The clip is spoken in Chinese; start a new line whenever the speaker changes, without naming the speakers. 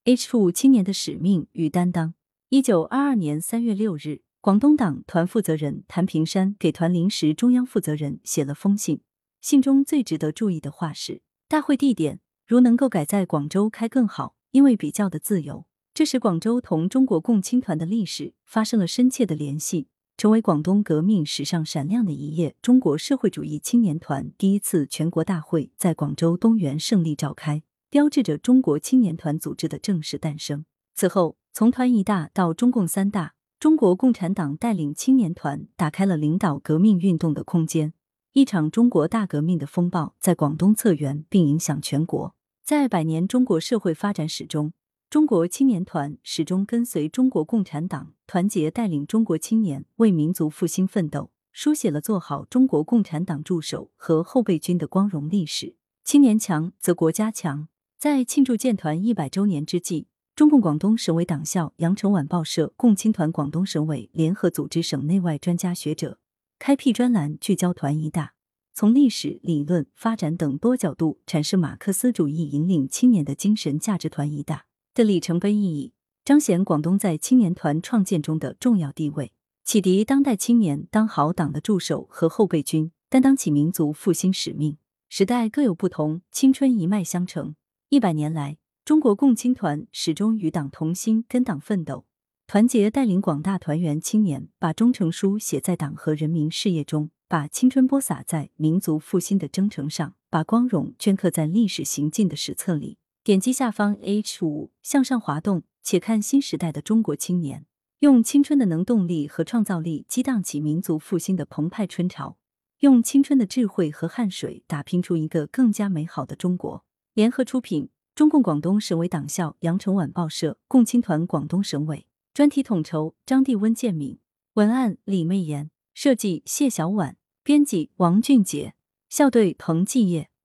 H5 青年的使命与担当。1922年3月6日，广东党团负责人谭平山给团临时中央负责人写了封信，信中最值得注意的话是：大会地点如能够改在广州开更好，因为比较的自由。这使广州同中国共青团的历史发生了深切的联系，成为广东革命史上闪亮的一页。中国社会主义青年团第一次全国大会在广州东园胜利召开，标志着中国青年团组织的正式诞生。此后，从团一大到中共三大，中国共产党带领青年团打开了领导革命运动的空间。一场中国大革命的风暴在广东策源并影响全国。在100年中国社会发展史中，中国青年团始终跟随中国共产党，团结带领中国青年为民族复兴奋斗，书写了做好中国共产党助手和后备军的光荣历史。青年强则国家强。在庆祝建团100周年之际，中共广东省委党校、羊城晚报社、共青团广东省委联合组织省内外专家学者，开辟专栏聚焦团一大，从历史、理论、发展等多角度阐释马克思主义引领青年的精神价值团一大的里程碑意义，彰显广东在青年团创建中的重要地位，启迪当代青年当好党的助手和后备军，担当起民族复兴使命。时代各有不同，青春一脉相承。100年来，中国共青团始终与党同心，跟党奋斗，团结带领广大团员青年，把忠诚书写在党和人民事业中，把青春播撒在民族复兴的征程上，把光荣镌刻在历史行进的史册里。点击下方 H5 向上滑动，且看新时代的中国青年，用青春的能动力和创造力激荡起民族复兴的澎湃春潮，用青春的智慧和汗水打拼出一个更加美好的中国。联合出品，中共广东省委党校、羊城晚报社、共青团广东省委。专题统筹张地温、建敏，文案李媚妍，设计谢小婉，编辑王俊杰，校对彭继业。